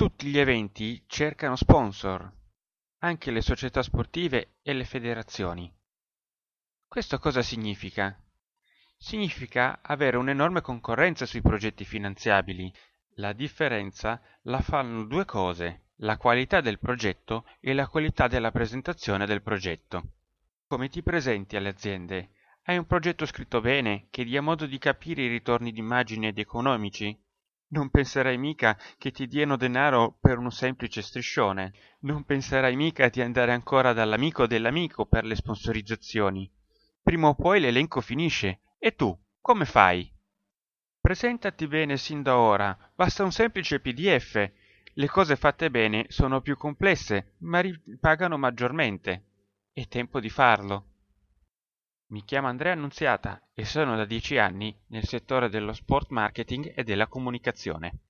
Tutti gli eventi cercano sponsor, anche le società sportive e le federazioni. Questo cosa significa? Significa avere un'enorme concorrenza sui progetti finanziabili. La differenza la fanno due cose: la qualità del progetto e la qualità della presentazione del progetto. Come ti presenti alle aziende? Hai un progetto scritto bene, che dia modo di capire i ritorni d'immagine ed economici? Non penserai mica che ti diano denaro per un semplice striscione. Non penserai mica di andare ancora dall'amico dell'amico per le sponsorizzazioni. Prima o poi l'elenco finisce. E tu, come fai? Presentati bene sin da ora, basta un semplice PDF. Le cose fatte bene sono più complesse, ma ripagano maggiormente. È tempo di farlo. Mi chiamo Andrea Annunziata e sono da 10 anni nel settore dello sport marketing e della comunicazione.